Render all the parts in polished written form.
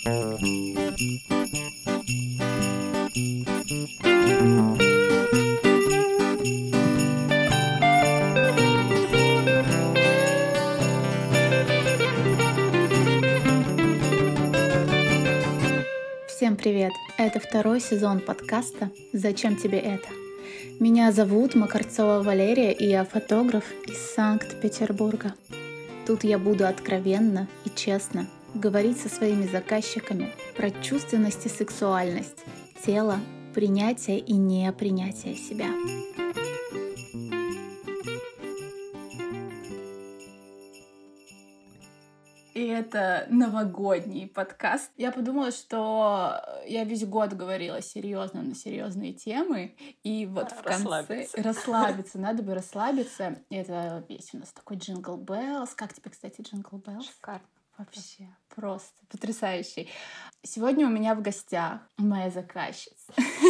Всем привет! Это второй сезон подкаста «Зачем тебе это?». Меня зовут Макарцова Валерия, и я фотограф из Санкт-Петербурга. Тут я буду откровенно и честно говорить со своими заказчиками про чувственность и сексуальность, тело, принятие и непринятие себя. И это новогодний подкаст. Я подумала, что я весь год говорила серьезно на серьезные темы, и вот в конце расслабиться. Надо бы расслабиться. И это весь у нас такой Джингл Беллс. Как тебе, кстати, Джингл Беллс? Шикарно. Вообще просто потрясающий. Сегодня у меня в гостях моя заказчица.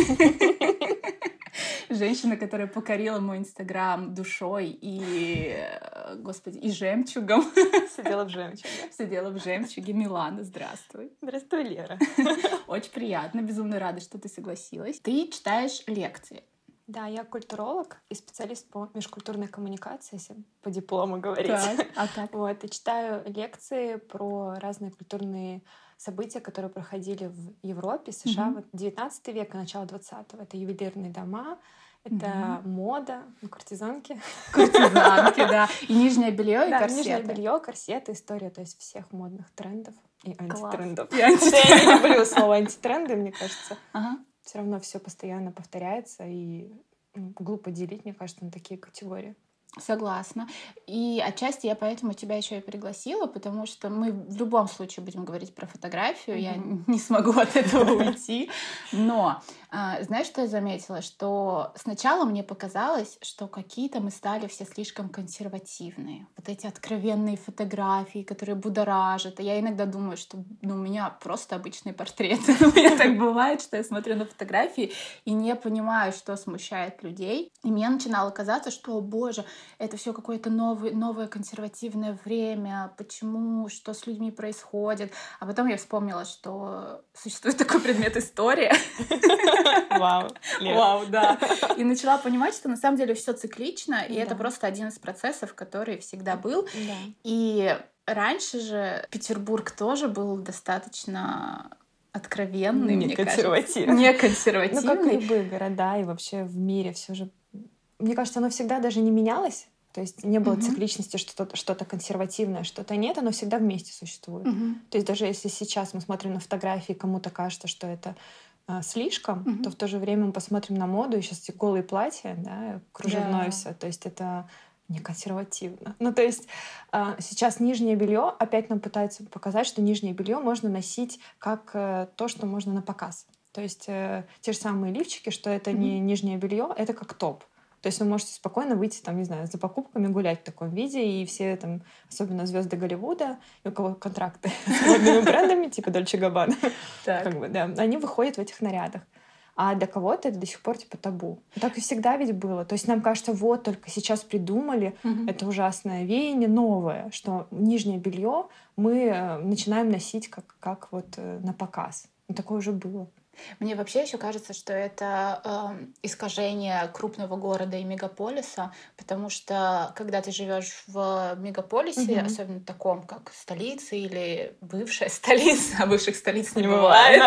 Женщина, которая покорила мой Инстаграм душой и, господи, и жемчугом. Сидела в жемчуге. Сидела в жемчуге. Милана, здравствуй. Здравствуй, Лера. Очень приятно, безумно рада, что ты согласилась. Ты читаешь лекции. Да, я культуролог и специалист по межкультурной коммуникации, если по диплому говорить. Так. Вот, и читаю лекции про разные культурные события, которые проходили в Европе, США, вот 19 век и начало 20-го. Это ювелирные дома, это мода, куртизанки. Куртизанки, да. И нижнее белье, и корсеты. Нижнее белье, корсеты, история, то есть всех модных трендов и антитрендов. И антитрендов. Я не люблю слово антитренды, мне кажется. Ага. Все равно все постоянно повторяется, и глупо делить, мне кажется, на такие категории. Согласна. И отчасти я поэтому тебя еще и пригласила, потому что мы в любом случае будем говорить про фотографию, я не смогу от этого уйти. Но знаешь, что я заметила? Что сначала мне показалось, что какие-то мы стали все слишком консервативные. Вот эти откровенные фотографии, которые будоражат. И я иногда думаю, что у меня просто обычные портреты. У меня так бывает, что я смотрю на фотографии и не понимаю, что смущает людей. И мне начинало казаться, что, о боже, это все какое-то новое консервативное время, почему, что с людьми происходит. А потом я вспомнила, что существует такой предмет история. Вау. Вау, да. И начала понимать, что на самом деле все циклично, и это просто один из процессов, который всегда был. И раньше же Петербург тоже был достаточно откровенный, мне кажется. Не консервативный. Ну, как и любые города, и вообще в мире все же... Мне кажется, оно всегда даже не менялось. То есть не было цикличности, что-то консервативное, что-то нет, оно всегда вместе существует. То есть даже если сейчас мы смотрим на фотографии, кому-то кажется, что это слишком, то в то же время мы посмотрим на моду, и сейчас эти голые платья, да, кружевное все. То есть это не консервативно. Ну, то есть сейчас нижнее белье опять нам пытаются показать, что нижнее белье можно носить как то, что можно на показ. То есть те же самые лифчики, что это не нижнее белье, это как топ. То есть вы можете спокойно выйти, там, не знаю, за покупками гулять в таком виде, и все там, особенно звезды Голливуда, и у кого контракты с модными брендами, типа Дольче Габбана, как бы, да, они выходят в этих нарядах. А для кого-то это до сих пор типа табу. Так и всегда ведь было. То есть нам кажется, вот только сейчас придумали это ужасное веяние новое, что нижнее белье мы начинаем носить как вот на показ. Но такое уже было. Мне вообще еще кажется, что это искажение крупного города и мегаполиса, потому что когда ты живешь в мегаполисе, особенно таком, как столица или бывшая столица, а бывших столиц не бывает.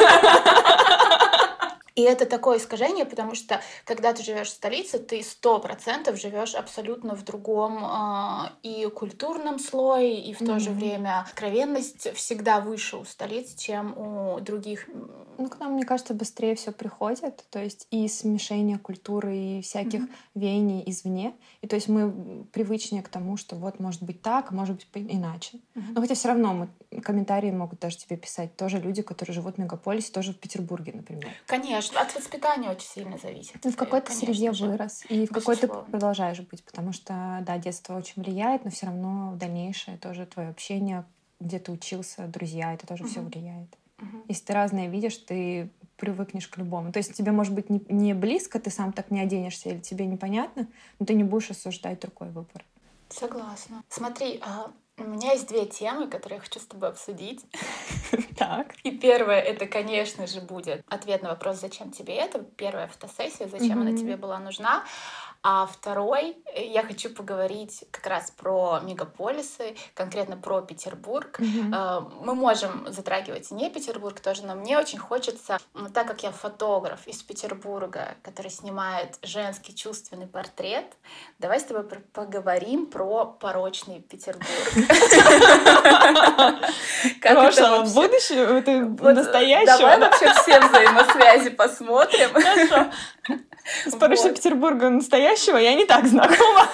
И это такое искажение, потому что когда ты живешь в столице, ты 100% живешь абсолютно в другом и культурном слое, и в то же время откровенность всегда выше у столиц, чем у других. Ну, к нам, мне кажется, быстрее все приходит, то есть и смешение культуры, и всяких веяний извне. И то есть мы привычнее к тому, что вот может быть так, а может быть иначе. Но хотя все равно комментарии могут даже тебе писать тоже люди, которые живут в мегаполисе, тоже в Петербурге, например. Конечно, от воспитания очень сильно зависит. Ты в какой-то среде вырос, и в какой ты продолжаешь быть, потому что, да, детство очень влияет, но все равно дальнейшее тоже твое общение, где ты учился, друзья, это тоже все влияет. Если ты разное видишь, ты привыкнешь к любому. То есть тебе, может быть, не близко, ты сам так не оденешься, или тебе непонятно, но ты не будешь осуждать другой выбор. Согласна. Смотри, у меня есть 2 темы, которые я хочу с тобой обсудить. Так. И первое, это, конечно же, будет ответ на вопрос, зачем тебе это. Первая фотосессия, зачем она тебе была нужна. А второй, я хочу поговорить как раз про мегаполисы, конкретно про Петербург. Мы можем затрагивать и не Петербург тоже, но мне очень хочется, так как я фотограф из Петербурга, который снимает женский чувственный портрет, давай с тобой поговорим про порочный Петербург. Прошлого, будущего, это настоящего. Давай вообще все взаимосвязи посмотрим. Хорошо. С порочным Петербургом настоящего я не так знакома.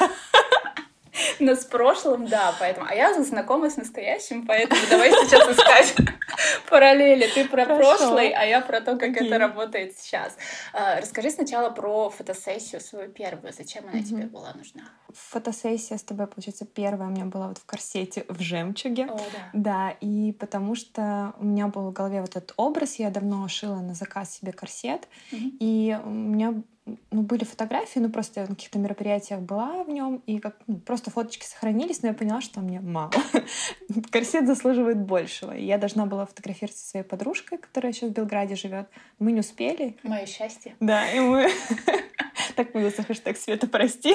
Но с прошлым, да, поэтому. А я знакома с настоящим, поэтому давай сейчас искать параллели. Ты про прошлый, а я про то, как это работает сейчас. Расскажи сначала про фотосессию свою первую. Зачем она тебе была нужна? Фотосессия с тобой, получается, первая у меня была вот в корсете в жемчуге. О, да. Да, и потому что у меня был в голове вот этот образ, я давно шила на заказ себе корсет, и у меня были фотографии, просто я на каких-то мероприятиях была в нем, и просто фоточки сохранились, но я поняла, что мне мало. Корсет заслуживает большего. И я должна была фотографироваться со своей подружкой, которая еще в Белграде живет. Мы не успели. Мое счастье. Да, и мы... Так появился хэштег «Света, прости».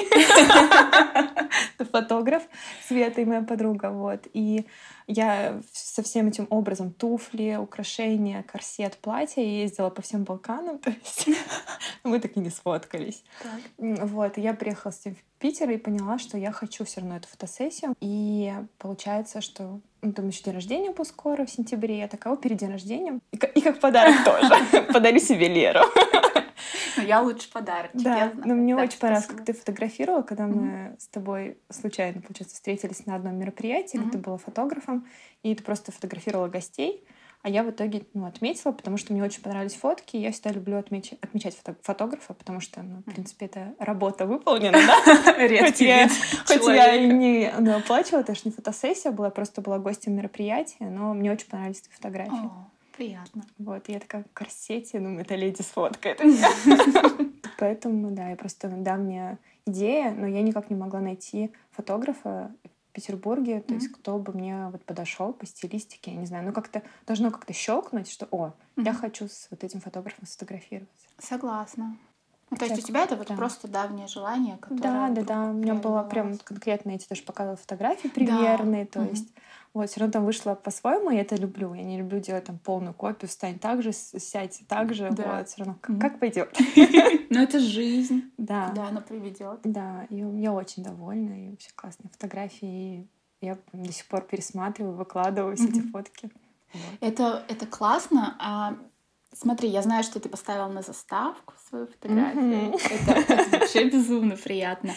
Это фотограф Света и моя подруга. Вот. И я со всем этим образом туфли, украшения, корсет, платье ездила по всем Балканам. То есть мы так и не сфоткались. Вот. И я приехала с ним в Питер и поняла, что я хочу все равно эту фотосессию. И получается, что там еще день рождения был скоро, в сентябре. Я такая, перед день рождения. И как подарок тоже. Подарю себе Леру. Я лучше подарок. Да, но мне очень понравилось, как ты фотографировала, когда мы с тобой случайно, получается, встретились на одном мероприятии, где ты была фотографом, и ты просто фотографировала гостей, а я в итоге отметила, потому что мне очень понравились фотки, и я всегда люблю отмечать фотографа, потому что, в принципе, это работа выполнена, да? Хоть я и не оплачивала, это же не фотосессия была, просто была гостем мероприятия, но мне очень понравились твои фотографии. Приятно. Вот, я такая в корсете, думаю, это леди сфоткает. Поэтому, да, мне идея, но я никак не могла найти фотографа в Петербурге, то есть кто бы мне подошел по стилистике, я не знаю, как-то должно как-то щелкнуть, что, я хочу с вот этим фотографом сфотографироваться. Согласна. То есть у тебя это просто давнее желание, которое... Да. У меня было прям конкретно, я тебе даже показывала фотографии примерные, то есть все равно там вышло по-своему, я это люблю. Я не люблю делать там полную копию, встань так же, сядь так же, все равно как пойдет. Но это жизнь. Да. Куда она приведет. Да, и я очень довольна, и вообще классные фотографии, и я до сих пор пересматриваю, выкладываю все эти фотки. Это классно. Смотри, я знаю, что ты поставила на заставку свою фотографию. Это вообще безумно приятно.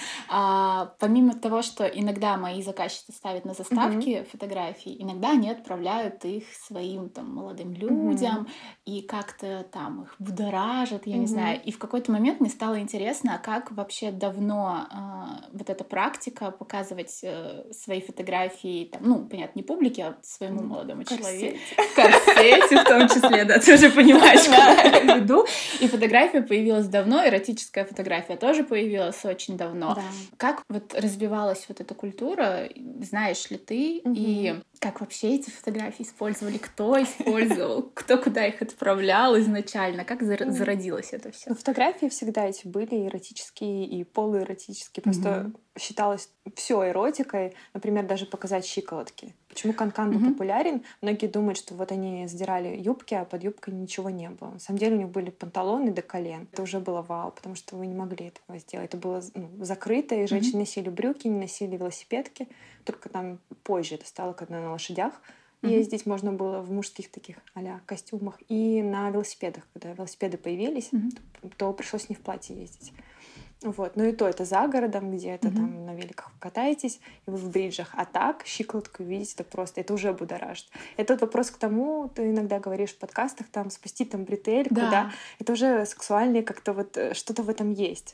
Помимо того, что иногда мои заказчицы ставят на заставки фотографии, иногда они отправляют их своим молодым людям и как-то там их будоражат, я не знаю. И в какой-то момент мне стало интересно, как вообще давно вот эта практика показывать свои фотографии, понятно, не публике, а своему молодому человеку. В корсете в том числе, да, ты уже понимаешь, куда я веду. И фотография появилась давно, эротическая фотография тоже появилась очень давно. Да. Как развивалась эта культура, знаешь ли ты, и как вообще эти фотографии использовали, кто использовал, кто куда их отправлял изначально, как зародилось это все? Фотографии всегда эти были эротические и полуэротические, просто считалось все эротикой, например, даже показать щиколотки. Почему канкан был популярен? Многие думают, что они сдирали юбки, а под юбкой ничего не было. На самом деле у них были панталоны до колен. Это уже было вау, потому что вы не могли этого сделать. Это было закрыто, и женщины носили брюки, не носили велосипедки. Только там позже это стало, когда на лошадях ездить можно было в мужских таких а-ля костюмах. И на велосипедах, когда велосипеды появились, то пришлось не в платье ездить. Ну и то это за городом, где-то там на великах вы катаетесь, и вы в бриджах. А так щиколотку видеть, это уже будоражит. Это вопрос к тому, ты иногда говоришь в подкастах, спустить бретельку, да. Это уже сексуальное как-то что-то в этом есть.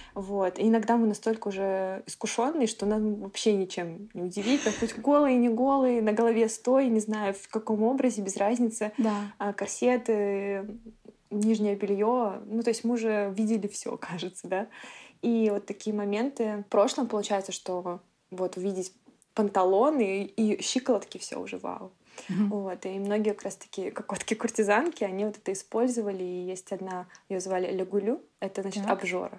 И иногда мы настолько уже искушенные, что нам вообще ничем не удивить. Хоть голые, не голые, на голове стой, не знаю, в каком образе, без разницы. Корсеты, нижнее белье. То есть мы уже видели все, кажется, да. И такие моменты. В прошлом получается, что увидеть панталоны и щиколотки, все уже вау. Вот, и многие как раз такие кокотки-куртизанки, они вот это использовали. И есть одна, ее звали Лягулю, это значит обжора.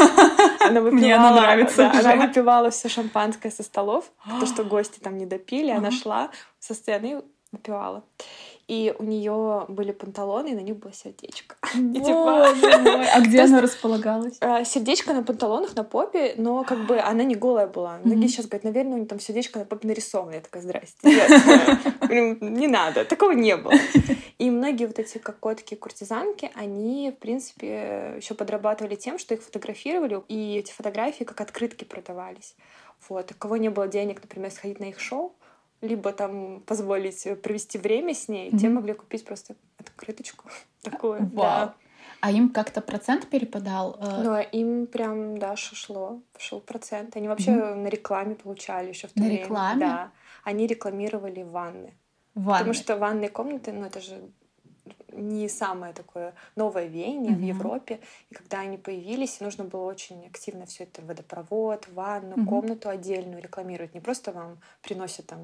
Мне она нравится уже. Она выпивала все шампанское со столов, то, что гости там не допили, она шла со сцены и выпивала. И у нее были панталоны, и на них было сердечко. Боже мой. А где она располагалась? Сердечко на панталонах, на попе, но как бы она не голая была. Многие сейчас говорят, наверное, у нее там сердечко на попе нарисовано. Я такая, здрасте. Нет, не надо, такого не было. И многие вот эти кокотки, куртизанки, они, в принципе, еще подрабатывали тем, что их фотографировали, и эти фотографии как открытки продавались. Вот. У кого не было денег, например, сходить на их шоу, либо там позволить провести время с ней, те могли купить просто открыточку такую. Вау. Да. А им как-то процент перепадал? Да, им прям, да, шел процент. Они вообще на рекламе получали еще в то время. На рекламе? Да. Они рекламировали ванны. Потому что ванные комнаты, ну это же не самое такое новое веяние в Европе. И когда они появились, нужно было очень активно все это водопровод, ванну, комнату отдельную рекламировать. Не просто вам приносят там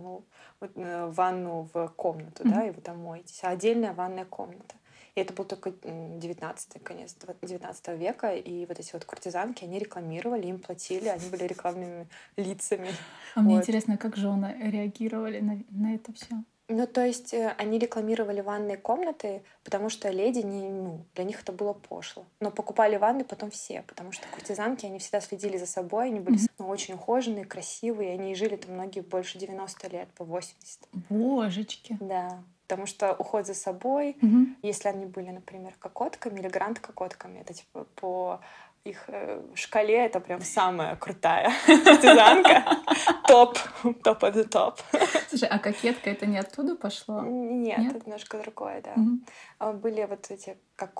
ванну в комнату, да, и вы там моетесь, а отдельная ванная комната. И это был только 19-й, конец 19 века. И вот эти вот куртизанки, они рекламировали, им платили, они были рекламными лицами. А мне интересно, как жены реагировали на это все? Ну, то есть они рекламировали ванные комнаты, потому что леди, для них это было пошло. Но покупали ванны потом все, потому что куртизанки, они всегда следили за собой, они были очень ухоженные, красивые, они жили там многие больше 90 лет, по 80. Божечки. Да, потому что уход за собой, если они были, например, кокотками или гранд-кокотками, это типа по их шкале это прям самая крутая куртизанка. Топ of the top. Слушай, а кокетка это не оттуда пошло? Нет, это немножко другое, да. Были вот эти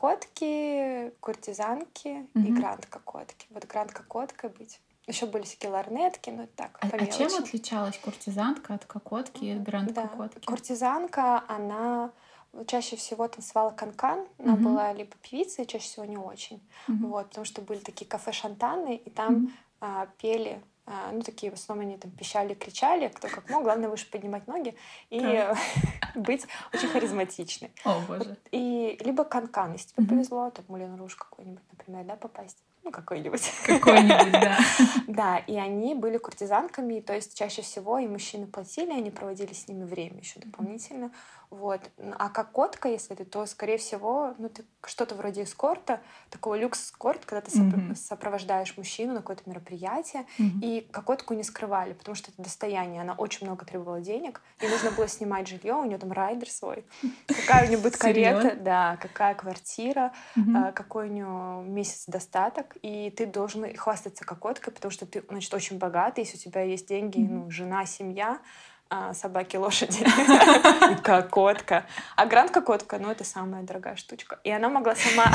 кокотки, куртизанки и гранд-кокотки. Вот гранд-кокоткой быть. Еще были всякие лорнетки, но это так, по А чем отличалась куртизанка от кокотки и гранд-кокотки? Да. Куртизанка, она чаще всего танцевала канкан. Она была либо певицей, чаще всего не очень. Вот, потому что были такие кафе-шантаны, и там пели, такие в основном они там пищали, кричали, кто как мог. Главное выше поднимать ноги и быть очень харизматичной. О, боже. И либо канкан, если тебе повезло, там Мулен Руж какой-нибудь, например, да, попасть. Какой-нибудь. Какой-нибудь, да. Да, и они были куртизанками, то есть чаще всего и мужчины платили, они проводили с ними время еще дополнительно. Вот. А кокотка, если ты, то, скорее всего, ты что-то вроде эскорта, такого люкс-эскорт, когда ты сопровождаешь мужчину на какое-то мероприятие, и кокотку не скрывали, потому что это достояние, она очень много требовала денег, и нужно было снимать жилье, у нее там райдер свой, какая у нее будет карета, да, какая квартира, какой у нее месяц достаток, и ты должен хвастаться кокоткой, потому что ты, значит, очень богатый, если у тебя есть деньги, жена, семья, собаки, лошади и кокотка. А гранд-кокотка, это самая дорогая штучка. И она могла сама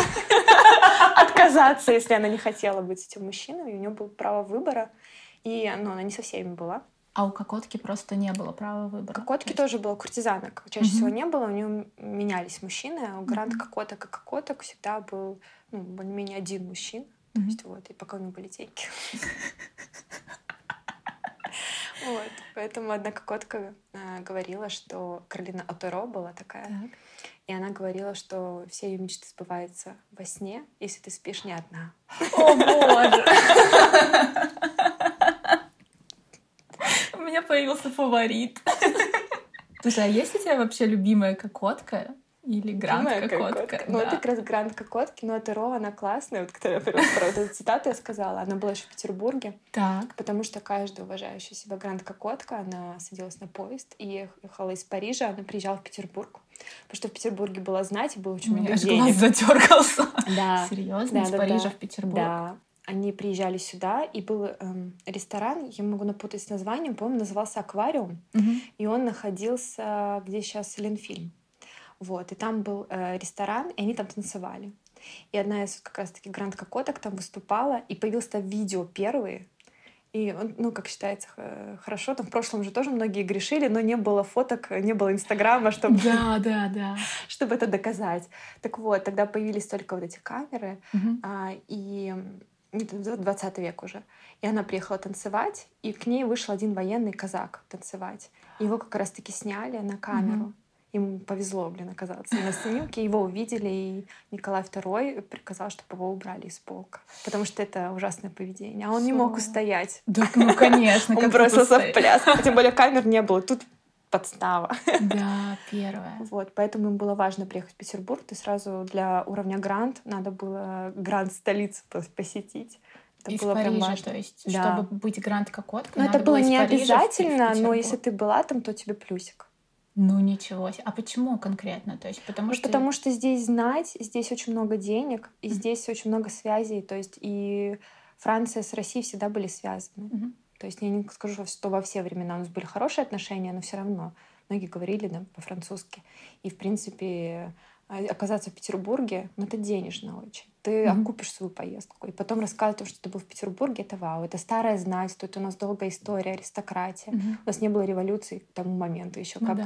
отказаться, если она не хотела быть с этим мужчиной, и у нее было право выбора. И она не со всеми была. А у кокотки просто не было права выбора? У кокотки тоже было куртизанок. Чаще всего не было, у нее менялись мужчины. А у гранд-кокоток и кокоток всегда был более-менее один мужчина. То есть и пока у него были деньги. Вот. Поэтому одна кокотка говорила, что Каролина Отеро была такая. И она говорила, что все ее мечты сбываются во сне, если ты спишь не одна. О, боже! У меня появился фаворит. Слушай, а есть у тебя вообще любимая кокотка? Или гранд-кокотка? Это как раз гранд-кокотки, но Отеро, она классная. Вот которая про эту цитату я сказала, она была еще в Петербурге. Так. Потому что каждая уважающая себя гранд-кокотка, она садилась на поезд и ехала из Парижа, она приезжала в Петербург. Потому что в Петербурге была знать, и было очень много денег. У меня глаз задергался. Да. Серьезно? Из Парижа в Петербург? Да. Они приезжали сюда, и был ресторан, я могу напутать с названием, по-моему, назывался «Аквариум», и он находился, где сейчас Ленфильм. Вот, и там был ресторан, и они там танцевали. И одна из как раз-таки гранд-кокоток там выступала, и появилось там видео первые. И, как считается, хорошо, там в прошлом же тоже многие грешили, но не было фоток, не было Инстаграма, чтобы... Да. Чтобы это доказать. Так вот, тогда появились только вот эти камеры, и это 20 век уже. И она приехала танцевать, и к ней вышел один военный казак танцевать. Его как раз-таки сняли на камеру. Ему повезло, оказаться на снимке. Его увидели, и Николай II приказал, чтобы его убрали из полка. Потому что это ужасное поведение. А он не мог устоять. Да, ну, конечно. Он бросился в пляс. Тем более камер не было. Тут подстава. Да, первое. Вот, поэтому им было важно приехать в Петербург. И сразу для уровня грант надо было грант-столицу посетить. Это из было Парижа, прям важно. То есть, Да. чтобы быть грант-кокоткой, Но это было не обязательно, но если ты была там, то тебе плюсик. Ну ничего себе. А почему конкретно? То есть, потому что здесь знать, здесь очень много денег, и здесь очень много связей. То есть и Франция с Россией всегда были связаны. То есть я не скажу, что во все времена у нас были хорошие отношения, но все равно многие говорили по-французски. И в принципе оказаться в Петербурге, это денежно очень. Ты окупишь свою поездку. И потом рассказывать о том, что ты был в Петербурге, это вау. Это старая знать, тут у нас долгая история, аристократия. У нас не было революции к тому моменту еще, как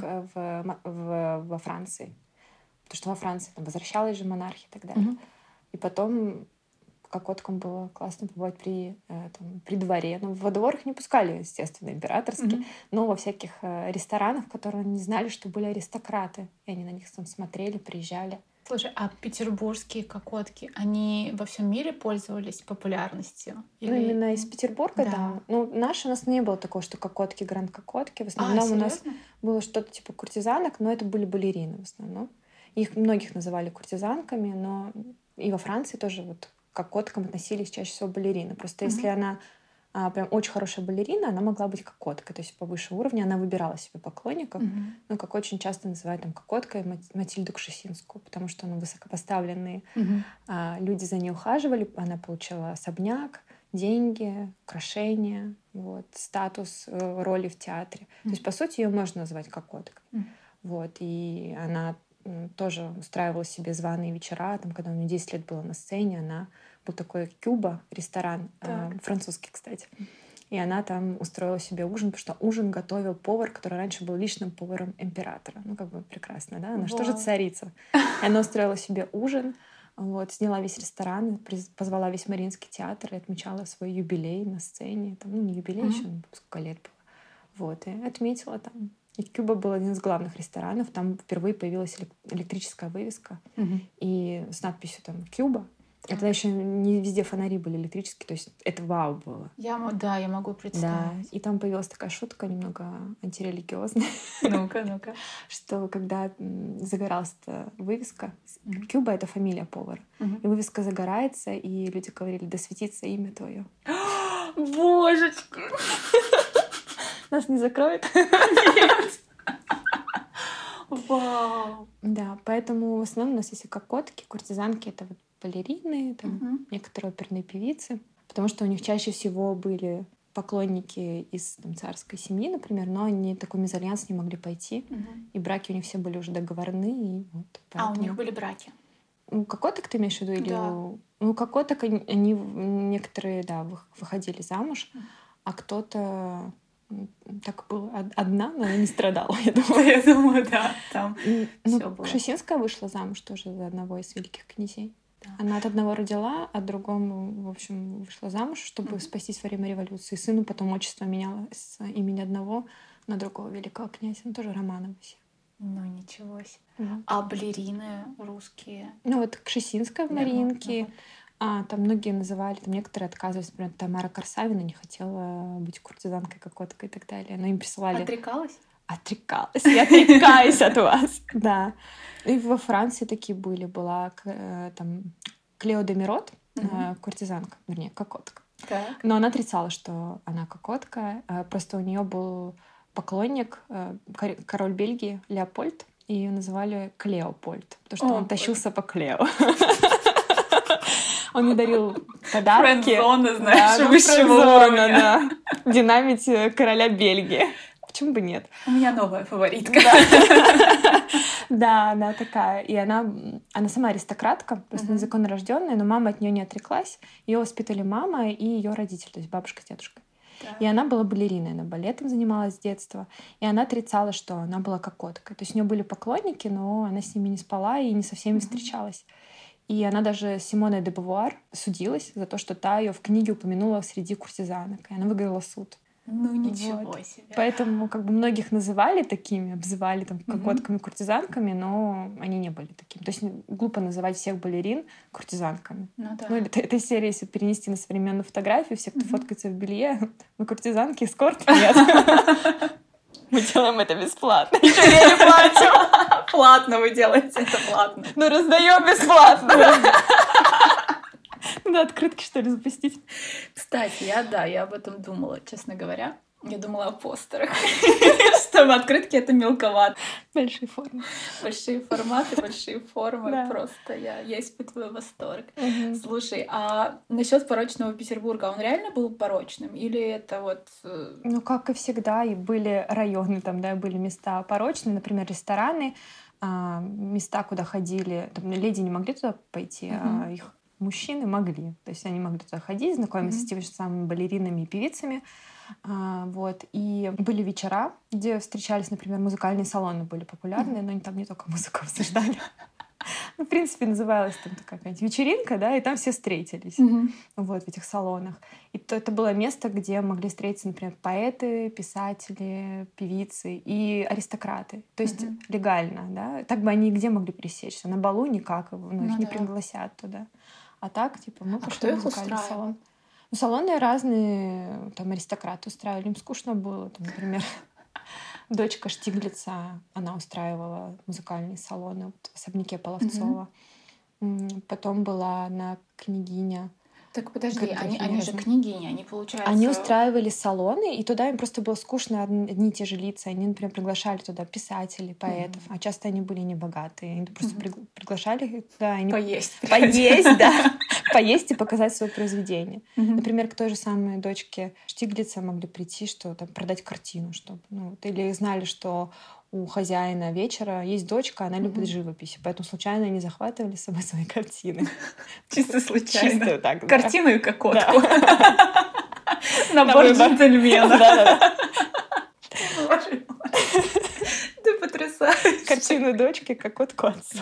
во Франции. Потому что во Франции там возвращалась же монархия и так далее. И потом кокоткам было классно побывать при дворе. Ну, во двор их не пускали, естественно, императорские, но во всяких ресторанах, в которых они знали, что были аристократы. И они на них там смотрели, приезжали. Слушай, а петербургские кокотки, они во всем мире пользовались популярностью? Ну, именно из Петербурга, да. Ну, у нас не было такого, что кокотки, гранд-кокотки. В основном у нас было что-то типа куртизанок, но это были балерины в основном. Их многих называли куртизанками, но и во Франции тоже вот к кокоткам относились чаще всего балерины. Просто если она прям очень хорошая балерина, она могла быть кокоткой, то есть повыше уровня, она выбирала себе поклонников. Ну, как очень часто называют там кокоткой Матильду Кшесинскую, потому что она высокопоставленные. Люди за ней ухаживали, она получила особняк, деньги, украшения, вот, статус, роли в театре. То есть, по сути, ее можно назвать кокоткой. Вот, и она тоже устраивала себе званые вечера. Там, когда у нее 10 лет было на сцене, она был такой Кюба, ресторан, французский, кстати. И она там устроила себе ужин, потому что ужин готовил повар, который раньше был личным поваром императора. Ну, как бы прекрасно, да? Она что же царица? И она устроила себе ужин, вот, сняла весь ресторан, позвала весь Мариинский театр и отмечала свой юбилей на сцене. Там, ну, не юбилей еще, сколько лет было. Вот, и отметила там. И Кюба был один из главных ресторанов. Там впервые появилась электрическая вывеска. И с надписью там «Кюба». Это еще не везде фонари были электрические. То есть это вау было. Я могу представить. Да. И там появилась такая шутка, немного антирелигиозная. Ну-ка. Что когда загоралась эта вывеска, Кюба — это фамилия повара. И вывеска загорается, и люди говорили: «Да светится имя твое». Божечки! Нас не закроют? Нет. Вау! Да, поэтому в основном у нас есть кокотки, куртизанки — это вот балерины, там, некоторые оперные певицы, потому что у них чаще всего были поклонники из царской семьи, например, но они такой мезальянс не могли пойти, и браки у них все были уже договорные. И вот, поэтому... у них были браки? У кокоток ты имеешь в виду? Да. Или у кокоток они некоторые, да, выходили замуж, а кто-то так было одна, но она не страдала, я думаю. Я думаю, да, там всё было. Кшесинская вышла замуж тоже за одного из великих князей. Она от одного родила, а другому, в общем, вышла замуж, чтобы спастись во время революции. Сыну потом отчество меняла с имени одного на другого великого князя. Ну, тоже Романовы все. Ну, ничего себе. А балерины русские? Ну, вот Кшесинская в Мариинке. Там многие называли, там некоторые отказывались. Например, Тамара Корсавина не хотела быть куртизанкой, кокоткой и так далее. Но им присылали... Отрекалась? Отрекалась. Я отрекаюсь от вас. Да. И во Франции такие были. Была там Клео де Мирот, куртизанка, вернее, кокотка. Так. Но она отрицала, что она кокотка. Просто у нее был поклонник, король Бельгии Леопольд, и ее называли Клеопольд, потому что он тащился по Клео. Он не дарил подарки. Френдзона, знаешь, высшего уровня. Динамить короля Бельгии. Почему бы нет? У меня новая фаворитка. Да, она такая. И она сама аристократка, просто незаконно рожденная, но мама от нее не отреклась. Ее воспитали мама и ее родители, то есть бабушка с дедушкой. И она была балериной, она балетом занималась с детства. И она отрицала, что она была кокоткой. То есть у нее были поклонники, но она с ними не спала и не со всеми встречалась. И она даже с Симоной де Бувуар судилась за то, что та ее в книге упомянула среди куртизанок. И она выиграла суд. Ну, ничего себе. Поэтому как бы многих называли такими, обзывали там кокотками-куртизанками, но они не были такими. То есть глупо называть всех балерин куртизанками. Ну, да. Ну, или этой серии, если перенести на современную фотографию, все, кто фоткается в белье, мы куртизанки, эскорт нет. Мы делаем это бесплатно. Еще я не платим. Платно вы делаете это, платно. Но раздаем бесплатно. Надо открытки, что ли, запустить? Кстати, я об этом думала, честно говоря. Я думала о постерах. Чтобы открытки — это мелковато. Большие формы. Большие форматы, большие формы. Да. Просто я испытываю восторг. Слушай, а насчет порочного Петербурга, он реально был порочным? Или это вот... Ну, как и всегда, и были районы там, да, были места порочные, например, рестораны, места, куда ходили... Там леди не могли туда пойти, а их мужчины могли. То есть они могли туда ходить, знакомиться с теми же самыми балеринами и певицами. Вот. И были вечера, где встречались, например, музыкальные салоны были популярны, но они там не только музыку обсуждали. Ну, в принципе, называлась там такая какая-нибудь вечеринка, да, и там все встретились вот, в этих салонах. И то это было место, где могли встретиться, например, поэты, писатели, певицы и аристократы. То есть легально, да. Так бы они где могли пересечься? На балу никак, ну, их не пригласят туда. А так, типа, мы пошли в музыкальный салон. Ну, салоны разные, там аристократы устраивали, им скучно было. Там, например, дочка Штиглица, она устраивала музыкальные салоны вот, в особняке Половцова. Потом была одна княгиня. Так подожди, они же княгини, они, получается... Они устраивали салоны, и туда им просто было скучно одни и те же лица. Они, например, приглашали туда писателей, поэтов, а часто они были небогатые. Они просто приглашали их туда. Поесть. Поесть, да. Поесть и показать свое произведение. Например, к той же самой дочке Штиглица могли прийти, что там продать картину, чтобы... Ну, или знали, что у хозяина вечера есть дочка, она любит живопись, поэтому случайно они захватывали с собой свои картины. Чисто случайно. Чисто так, картину и кокотку. Набор джентльмена. Ты потрясаешь. Картину дочки, кокотку отцу.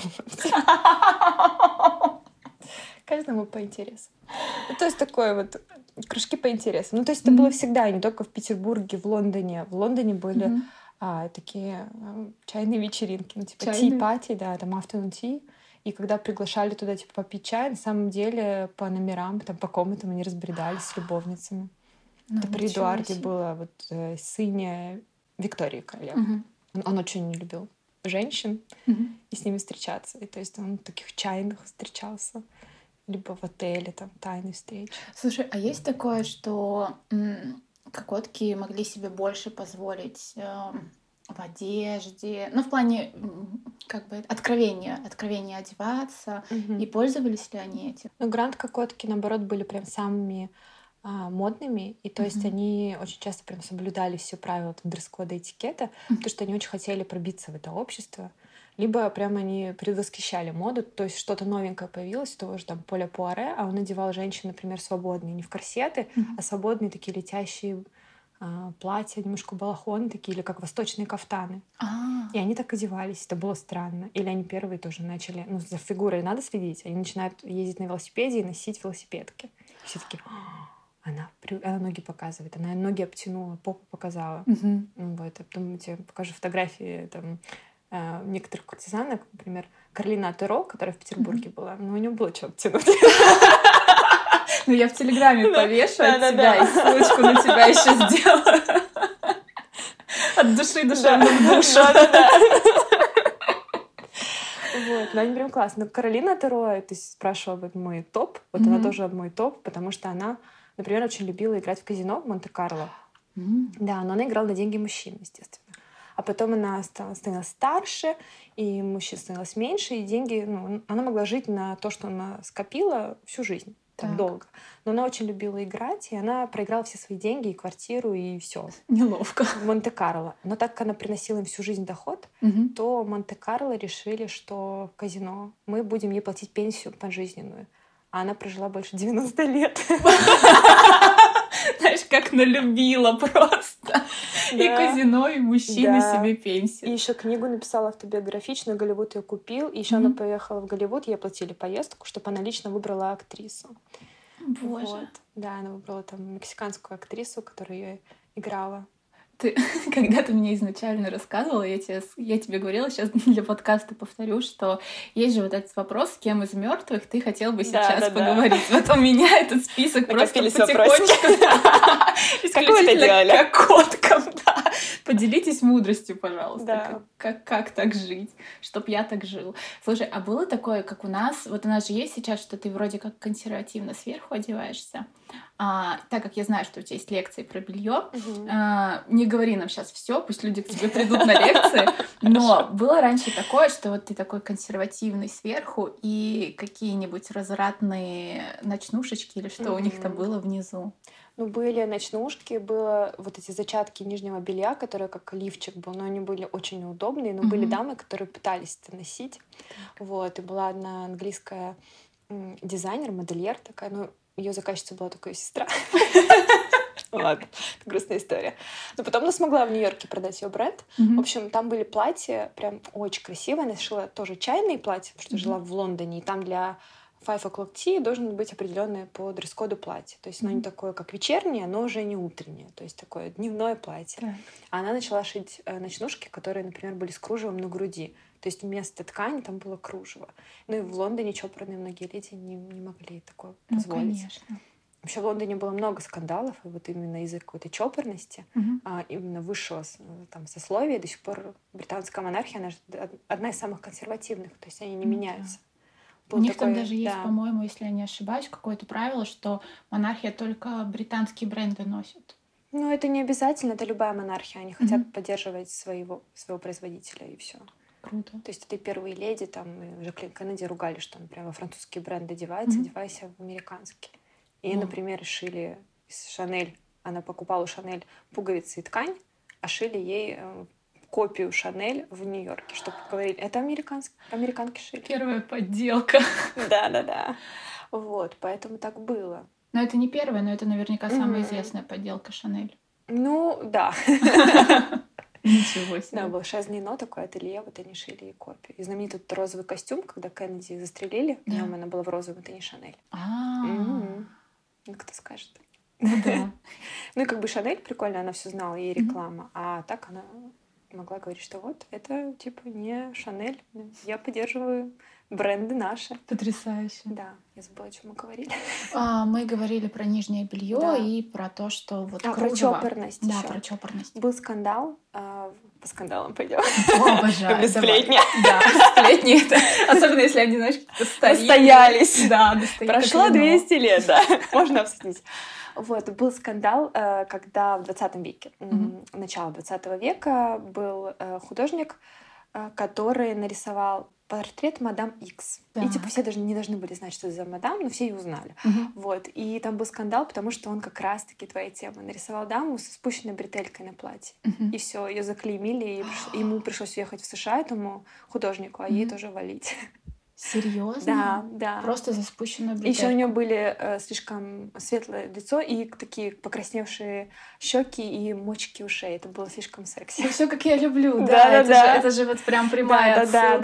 Каждому по интересам. Ну, то есть такое вот кружки по интересам. Ну, то есть это было всегда, не только в Петербурге, в Лондоне. В Лондоне были такие чайные вечеринки, ну, типа tea-party, да, там afternoon tea. И когда приглашали туда, типа, попить чай, на самом деле по номерам, там, по комнатам они разбредались с любовницами. Это при Эдуарде было, вот, сыне Виктории королевы. Он очень не любил женщин и с ними встречаться. И то есть он в таких чайных встречался. Либо в отеле, там, тайные встречи. Слушай, а есть такое, что кокотки могли себе больше позволить в одежде, ну, в плане, как бы, откровения одеваться, и пользовались ли они этим? Ну, гранд-кокотки, наоборот, были прям самыми модными, и то есть они очень часто прям соблюдали все правила там, дресс-кода, этикета, потому что они очень хотели пробиться в это общество. Либо прям они предвосхищали моду, то есть что-то новенькое появилось, того же там Поля Пуаре, а он надевал женщин, например, свободные, не в корсеты, а свободные такие летящие платья, немножко балахоны такие, или как восточные кафтаны. И они так одевались, это было странно. Или они первые тоже начали, ну, за фигурой надо следить, они начинают ездить на велосипеде и носить велосипедки. Все такие, она ноги показывает, она ноги обтянула, попу показала. Ну, вот, а потом я тебе покажу фотографии там, некоторых куртизанок, например, Карлина Атеро, которая в Петербурге была, но у нее было что обтянуть. Ну, я в Телеграме повешу от тебя и ссылочку на тебя еще сделаю. От души душевную душу. Вот, но они прям классно. Каролина Атеро, ты спрашивала мой топ, вот она тоже мой топ, потому что она, например, очень любила играть в казино в Монте-Карло. Да, но она играла на деньги мужчин, естественно. А потом она становилась старше, и мужчин становилось меньше, и деньги... Ну, она могла жить на то, что она скопила всю жизнь, так долго. Но она очень любила играть, и она проиграла все свои деньги, и квартиру, и все. Неловко. В Монте-Карло. Но так как она приносила им всю жизнь доход, то Монте-Карло решили, что в казино мы будем ей платить пенсию пожизненную. А она прожила больше 90 лет. Знаешь, как налюбила просто. И казино, и мужчины Да. себе И пенсию. еще книгу написала автобиографичную, Голливуд ее купил. И еще она поехала в Голливуд, ей оплатили поездку, чтобы она лично выбрала актрису. Боже. Вот. Да, она выбрала там мексиканскую актрису, которая ее играла. Когда ты мне изначально рассказывала, я тебе говорила, сейчас для подкаста повторю, что есть же вот этот вопрос, с кем из мертвых ты хотел бы сейчас поговорить. Вот у меня этот список просто потихонечку. Как вы это делали? Как коткам, да. Поделитесь мудростью, пожалуйста. Как так жить, чтоб я так жил. Слушай, а было такое, как у нас, вот у нас же есть сейчас, что ты вроде как консервативно сверху одеваешься, так как я знаю, что у тебя есть лекции про белье, не говори нам сейчас все, пусть люди к тебе придут на лекции, но было раньше такое, что вот ты такой консервативный сверху и какие-нибудь развратные ночнушечки или что у них там было внизу? Ну, были ночнушки, было вот эти зачатки нижнего белья, которые как лифчик был, но они были очень неудобные, но были дамы, которые пытались это носить. Вот, и была одна английская дизайнер, модельер такая, ну, ее заказчица была только ее сестра. Ладно, это грустная история. Но потом она смогла в Нью-Йорке продать ее бренд. В общем, там были платья прям очень красивые. Она шила тоже чайные платья, потому что жила в Лондоне. И там для Five O'Clock Tea должен быть определенное по дресс-коду платье. То есть оно не такое, как вечернее, но уже не утреннее. То есть такое дневное платье. А она начала шить ночнушки, которые, например, были с кружевом на груди. То есть вместо ткани там было кружево. Ну и в Лондоне чопорные многие леди не могли такое позволить. Конечно. Вообще в Лондоне было много скандалов, и вот именно из-за какой-то чопорности, именно высшего там сословия, до сих пор британская монархия, она же одна из самых консервативных, то есть они не меняются. У них там даже есть, по-моему, если я не ошибаюсь, какое-то правило, что монархия только британские бренды носит. Ну, это не обязательно, это любая монархия. Они хотят поддерживать своего производителя, и все. Круто. То есть это и первые леди, там, и Жаклин Кеннеди ругали, что он прямо во французские бренды одевается, одевайся в американские. И, например, шили из Шанель. Она покупала у Шанель пуговицы и ткань, а шили ей копию Шанель в Нью-Йорке, чтобы говорили, это американки шили. Первая подделка. Да. Вот, поэтому так было. Но это не первая, но это наверняка самая известная подделка Шанель. Ну, да. Ничего себе. Да, был Шазнino, такое ателье, вот они шили ей копию. И знаменитый тот розовый костюм, когда Кеннеди застрелили, в нем она была в розовом, это не Шанель. Ну, кто скажет. Да. Ну и как бы Шанель прикольно, она все знала, ей реклама. А так она могла говорить, что вот это типа не Шанель. Я поддерживаю бренды наши. Потрясающе. Да, я забыла, о чем мы говорили. Мы говорили про нижнее белье и про то, что вот кружево. Про чопорность. Да, про чопорность. Был скандал. По скандалам пойдем. Обожаю. Сплетни. Да, сплетни. Особенно если они, знаешь, состоялись. Да, прошло 200 лет, да. Можно обсудить. Вот, был скандал, когда в 20 веке, начало 20 века, был художник, который нарисовал портрет мадам Икс. И типа все даже не должны были знать, что это за мадам, но все ее узнали. Вот. И там был скандал, потому что он как раз-таки твоя тема. Нарисовал даму со спущенной бретелькой на платье. И все, ее заклеймили, и ему пришлось уехать в США, этому художнику, а ей тоже валить. Серьезно? Да. Просто за спущенную бретельку. Еще у нее были слишком светлое лицо и такие покрасневшие щеки и мочки ушей. Это было слишком секси. Все как я люблю, да. Это же вот прям прямая отсылка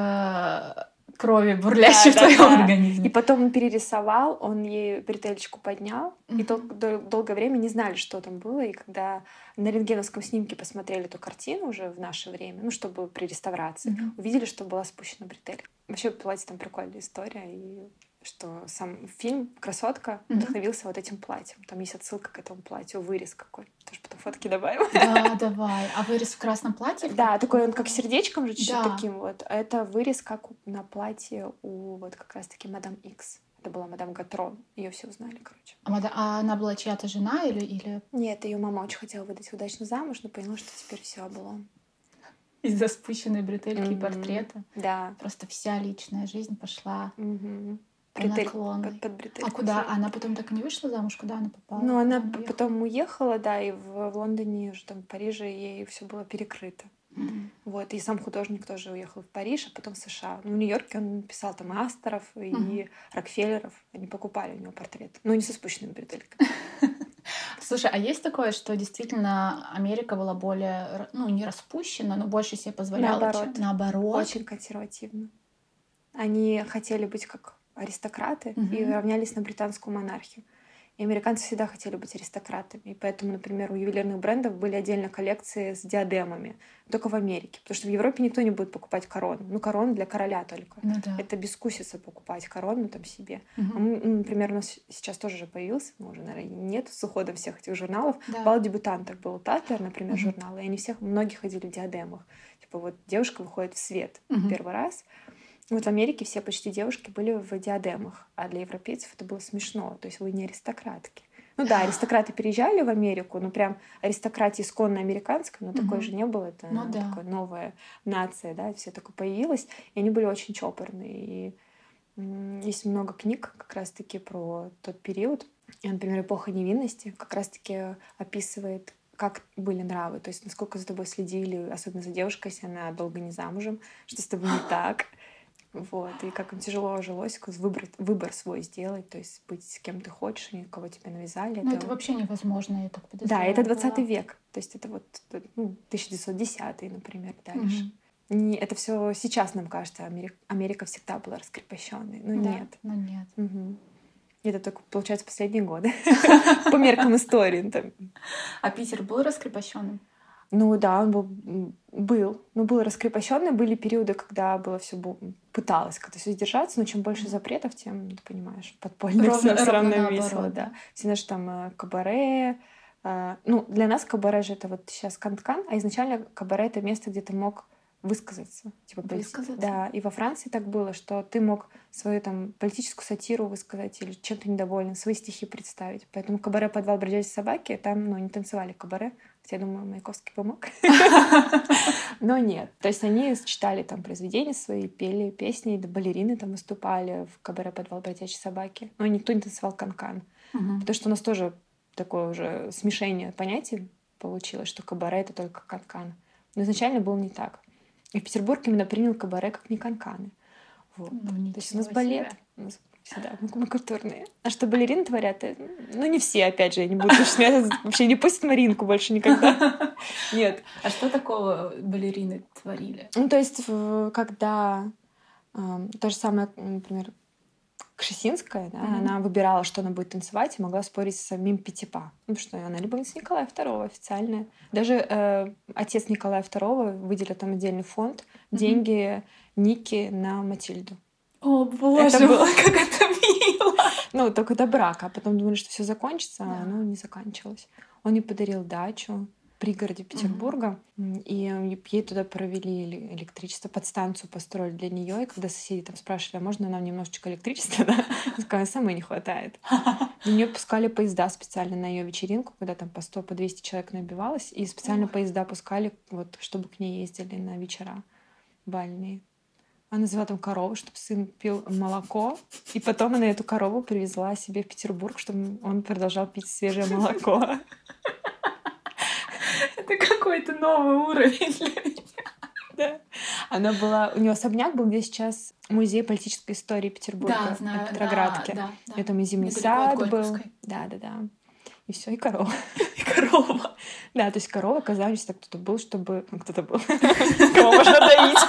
к крови, бурлящей в твоем организме. И потом он перерисовал, он ей бретелечку поднял, и долгое время не знали, что там было. И когда на рентгеновском снимке посмотрели эту картину уже в наше время, ну, чтобы при реставрации, увидели, что была спущена бретелька. Вообще, платье там прикольная история, и что сам фильм «Красотка» вдохновился вот этим платьем. Там есть отсылка к этому платью, вырез какой. Тоже потом фотки добавим. Да, давай. А вырез в красном платье? Да, такой он как сердечком же чуть-чуть таким вот. А это вырез как на платье у вот как раз-таки мадам Икс. Это была мадам Гатрон. Ее все узнали, короче. А она была чья-то жена или... Нет, ее мама очень хотела выдать удачно замуж, но поняла, что теперь все облом. Из-за спущенной бретельки и портрета? Да. Просто вся личная жизнь пошла... Под бретелькой. А куда? Она потом так и не вышла замуж? Куда она попала? Ну, она потом уехала, да, и в Лондоне, уже там в Париже ей все было перекрыто. Вот, и сам художник тоже уехал в Париж, а потом в США. Ну, в Нью-Йорке он писал там Асторов и Рокфеллеров. Они покупали у него портрет. Но не со спущенными бретельками. Слушай, а есть такое, что действительно Америка была более, ну, не распущена, но больше себе позволяла, Наоборот. наоборот? Очень консервативно. Они хотели быть как аристократы и Мгм. равнялись на британскую монархию. И американцы всегда хотели быть аристократами. И поэтому, например, у ювелирных брендов были отдельно коллекции с диадемами. Только в Америке. Потому что в Европе никто не будет покупать корону. Ну, корону для короля только. Ну да. Это бескусица покупать корону там себе. Мгм. Например, у нас сейчас тоже же появился, ну, уже, наверное, нет с уходом всех этих журналов. Да. Бал дебютанток был у Татлер, например, Мгм. журнал. И они многие ходили в диадемах. Типа вот девушка выходит в свет Мгм. первый раз. Вот в Америке все почти девушки были в диадемах, а для европейцев это было смешно. То есть вы не аристократки. Ну да, аристократы переезжали в Америку, ну прям аристократия исконно американская, но такой Мгм. же не было. Это Ну да. такая новая нация, да, все такое появилось. И они были очень чопорные. И есть много книг как раз-таки про тот период. И, например, «Эпоха невинности» как раз-таки описывает, как были нравы, то есть насколько за тобой следили, особенно за девушкой, если она долго не замужем, что с тобой не так. Вот, и как им тяжело жилось выбор свой сделать, то есть быть с кем ты хочешь, и кого тебе навязали. Ну, это вообще невозможно, я так Да, подозреваю, это 20 было. век, то есть это вот 1910, например, дальше. Мгм. Это все сейчас нам кажется, Америка всегда была раскрепощенной, но Да, нет. но нет. Мгм. Это только, получается, последние годы. По меркам истории. А Питер был раскрепощенным? Ну да, он был. Ну, был раскрепощенный. Были периоды, когда было все пыталось как-то все сдержаться, но чем больше запретов, тем, ты понимаешь, подпольно Ровно, все ровно равно весело, наоборот, да. да? Все наши там кабаре. Ну, для нас кабаре же это вот сейчас канткан, а изначально кабаре — это место, где ты мог высказаться. Типа, Высказаться. да, и во Франции так было, что ты мог свою там политическую сатиру высказать или чем-то недоволен, свои стихи представить. Поэтому кабаре «Подвал бродячей собаки» там, ну, не танцевали кабаре, хотя, я думаю, Маяковский помог. Но нет. То есть они читали там произведения свои, пели песни, и балерины там выступали в кабаре «Подвал бродячей собаки». Но никто не танцевал канкан. Мгм. Потому что у нас тоже такое уже смешение понятий получилось, что кабаре — это только канкан. Но изначально было не так. И в Петербург именно принял кабаре как не канканы. Вот. Ну, То есть у нас ничего балет, себе. у нас всегда мы культурные. А что балерины творят? Ну, не все, опять же, я не буду уточнять. Вообще не пусть Маринку больше никогда. Нет. А что такого балерины творили? Ну, то есть, когда то же самое, например, Кшесинская, да, Мгм. она выбирала, что она будет танцевать, и могла спорить с самим Пятипа. Ну, потому что она любовница Николая II официальная. Даже отец Николая II выделил там отдельный фонд, Мгм. деньги Ники на Матильду. О, Это боже было. мой, как это мило! Ну, только до брака. А потом думали, что все закончится, Да. а оно не заканчивалось. Он ей подарил дачу в пригороде Петербурга, и ей туда провели электричество, подстанцию построили для нее. И когда соседи там спрашивали, а можно нам немножечко электричества, да? Она сказала, самой не хватает. У нее пускали поезда специально на ее вечеринку, когда там по 100, по 200 человек набивалось, и специально Ой. поезда пускали, вот, чтобы к ней ездили на вечера бальные. Она взяла там корову, чтобы сын пил молоко. И потом она эту корову привезла себе в Петербург, чтобы он продолжал пить свежее молоко. Это какой-то новый уровень для меня. Да. Она была... У нее особняк был, где сейчас музей политической истории Да, Петербурга в знаю, Петроградке. да, да. И там и зимний Недалеко от сад был. Горьковской. Да. И все, и корова. И корова. Да, то есть корова, оказалось, так кто-то был, чтобы... Кто-то был. Кого можно доить.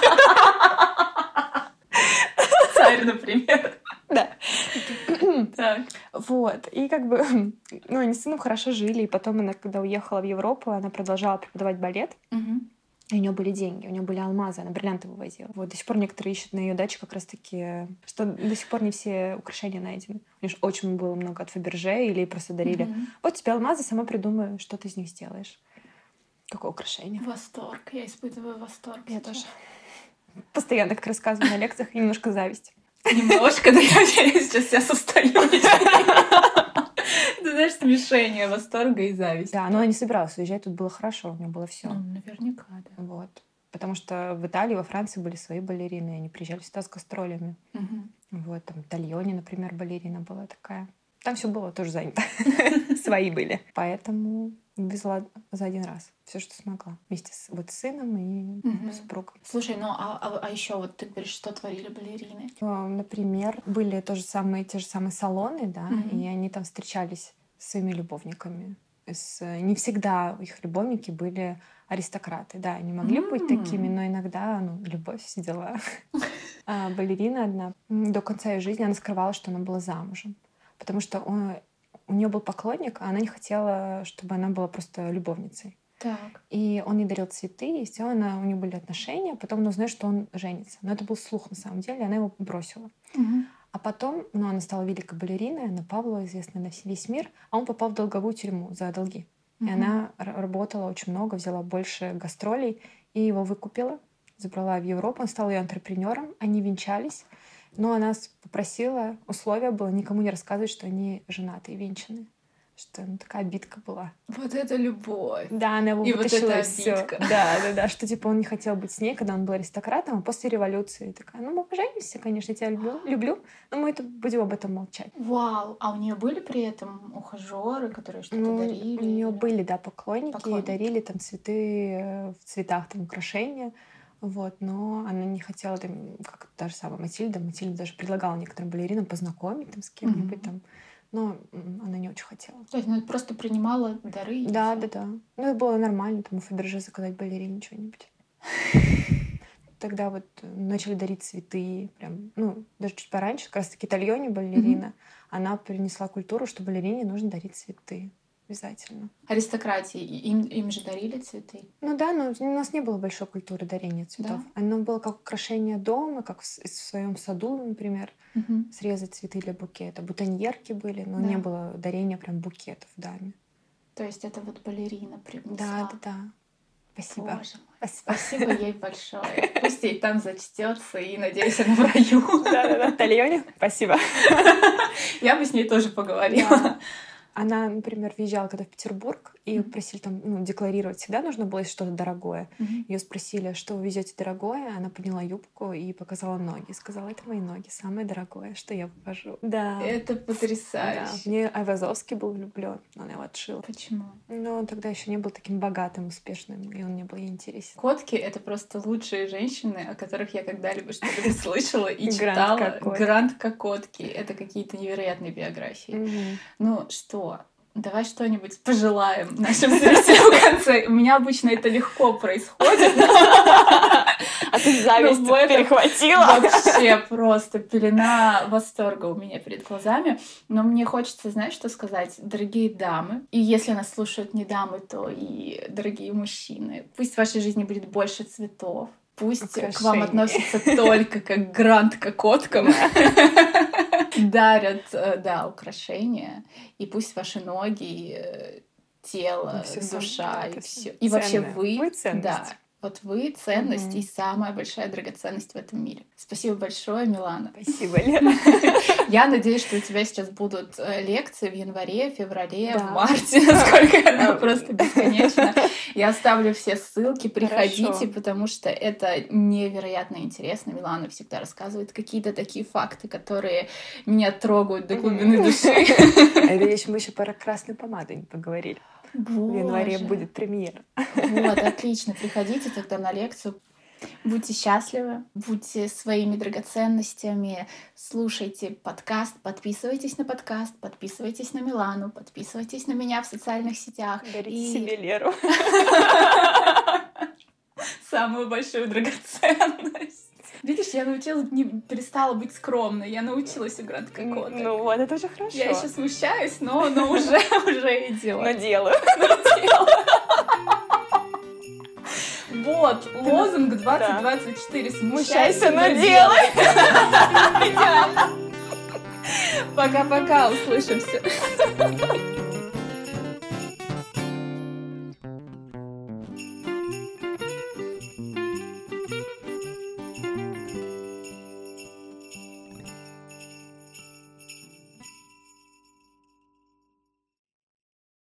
Царь, например. Да. Так. Вот. И как бы, ну, они с сыном хорошо жили. И потом она, когда уехала в Европу, она продолжала преподавать балет. Мгм. И у нее были деньги, у нее были алмазы, она бриллианты вывозила. Вот до сих пор некоторые ищут на ее даче как раз-таки, что до сих пор не все украшения найдены. У нее же очень было много от Фаберже, или ей просто дарили. Мгм. Вот тебе алмазы, сама придумай, что ты из них сделаешь. Какое украшение. Восторг. Я испытываю восторг. Я сейчас. тоже. Постоянно, как рассказываю на лекциях, и немножко зависть. Немножко, да я сейчас себя состою. Ты знаешь, смешение восторга и зависти. Да, но она не собиралась уезжать, тут было хорошо, у нее было все. Ну, наверняка, да. Вот. Потому что в Италии, во Франции были свои балерины, и они приезжали сюда с гастролями. Мгм. Вот, там в Тальоне, например, балерина была такая. Там все было тоже занято. Свои были. Поэтому везла за один раз все, что смогла. Вместе с сыном и Мгм. супругом. Слушай, ну а еще вот ты говоришь, что творили балерины? Например, были те же самые салоны, да, Мгм. и они там встречались с своими любовниками. не всегда их любовники были аристократы. Да, они могли быть такими, но иногда, любовь, все дела. Балерина одна до конца ее жизни она скрывала, что она была замужем, потому что у нее был поклонник, а она не хотела, чтобы она была просто любовницей. Так. И он ей дарил цветы, и у нее были отношения, потом она узнает, что он женится. Но это был слух на самом деле, и она его бросила. А потом, она стала великой балериной, она Павлова известна на весь мир, а он попал в долговую тюрьму за долги. И она работала очень много, взяла больше гастролей и его выкупила, забрала в Европу, он стал ее антрепренером, они венчались, но она попросила, условие было никому не рассказывать, что они женаты и венчаны. Что такая обидка была. Вот это любовь. Да, она его и вытащила, вот и всё. Да, что типа он не хотел быть с ней, когда он был аристократом, а после революции такая, мы поженимся, конечно, я тебя люблю, но мы будем об этом молчать. Вау, а у нее были при этом ухажеры, которые что-то дарили? У нее были, да, поклонники, и дарили там цветы в цветах, там украшения. Но она не хотела, как та же самая Матильда даже предлагала некоторым балеринам познакомить там с кем-нибудь там. Но она не очень хотела. То есть она просто принимала дары? Да. И было нормально, там у Фаберже заказать балерине что-нибудь. Тогда начали дарить цветы. Прям, даже чуть пораньше, как раз-таки Тальони балерина, она принесла культуру, что балерине нужно дарить цветы. Обязательно. Аристократии, им же дарили цветы? Да, но у нас не было большой культуры дарения цветов. Да? Оно было как украшение дома, как в своем саду, например, срезать цветы для букета. Бутоньерки были, но не было дарения прям букетов даме. То есть это балерина принесла? Да. Спасибо. Боже мой. Спасибо ей большое. Пусть ей там зачтется, и, надеюсь, она в раю. Да, Тальони, спасибо. Я бы с ней тоже поговорила. Она, например, въезжала когда в Петербург, и просили там декларировать всегда нужно было что-то дорогое. Ее спросили, что вы везете дорогое. Она подняла юбку и показала ноги. Сказала, это мои ноги, самое дорогое, что я покажу. Да. Это потрясающе. Да. В нее Айвазовский был влюблен, он его отшил. Почему? Он тогда еще не был таким богатым, успешным, и он не был ей интересен. Котки — это просто лучшие женщины, о которых я когда-либо что-либо слышала и читала. Грант Кокотки. Это какие-то невероятные биографии. Что? Давай что-нибудь пожелаем нашим зрителям в конце. У меня обычно это легко происходит. А ты зависть перехватила? Вообще просто пелена восторга у меня перед глазами. Но мне хочется, знаешь, что сказать? Дорогие дамы, и если нас слушают не дамы, то и дорогие мужчины, пусть в вашей жизни будет больше цветов. Пусть к вам относятся только как к грант-кокоткам. Дарят, украшения. И пусть ваши ноги, тело, душа и все. И вообще вы ценность. Вы ценность и самая большая драгоценность в этом мире. Спасибо большое, Милана. Спасибо, Лена. Я надеюсь, что у тебя сейчас будут лекции в январе, феврале, в марте, насколько просто бесконечно. Я оставлю все ссылки, приходите, потому что это невероятно интересно. Милана всегда рассказывает какие-то такие факты, которые меня трогают до глубины души. Мы еще про красную помаду не поговорили. В январе будет премьера. Отлично. Приходите тогда на лекцию. Будьте счастливы, будьте своими драгоценностями, слушайте подкаст, подписывайтесь на подкаст, подписывайтесь на Милану, подписывайтесь на меня в социальных сетях. Дарите себе Леру. Самую большую драгоценность. Видишь, я перестала быть скромной, я научилась играть кокоток. Это уже хорошо. Я еще смущаюсь, но уже идет. Но делаю. Лозунг 2024. Смущайся, но делай. Идеально. Пока-пока, услышимся.